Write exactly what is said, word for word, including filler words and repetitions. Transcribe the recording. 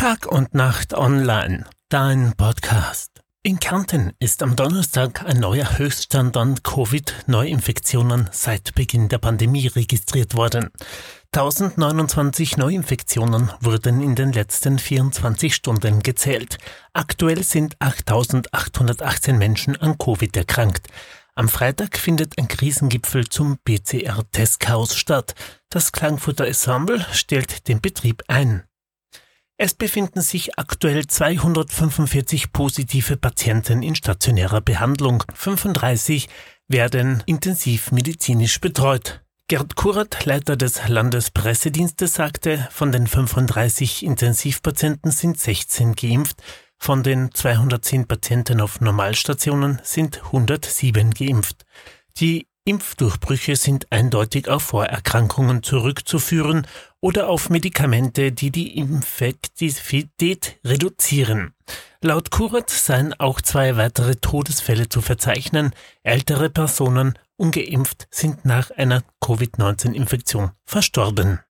Tag und Nacht online, dein Podcast. In Kärnten ist am Donnerstag ein neuer Höchststand an Covid-Neuinfektionen seit Beginn der Pandemie registriert worden. tausendneunundzwanzig Neuinfektionen wurden in den letzten vierundzwanzig Stunden gezählt. Aktuell sind achttausendachthundertachtzehn Menschen an Covid erkrankt. Am Freitag findet ein Krisengipfel zum P C R-Testchaos statt. Das Klagenfurter Ensemble stellt den Betrieb ein. Es befinden sich aktuell zweihundertfünfundvierzig positive Patienten in stationärer Behandlung. fünfunddreißig werden intensivmedizinisch betreut. Gerd Kurat, Leiter des Landespressedienstes, sagte, von den fünfunddreißig Intensivpatienten sind sechzehn geimpft, von den zweihundertzehn Patienten auf Normalstationen sind hundertsieben geimpft. Die Impfdurchbrüche sind eindeutig auf Vorerkrankungen zurückzuführen oder auf Medikamente, die die Infektivität reduzieren. Laut Kurat seien auch zwei weitere Todesfälle zu verzeichnen. Ältere Personen, ungeimpft, sind nach einer Covid neunzehn Infektion verstorben.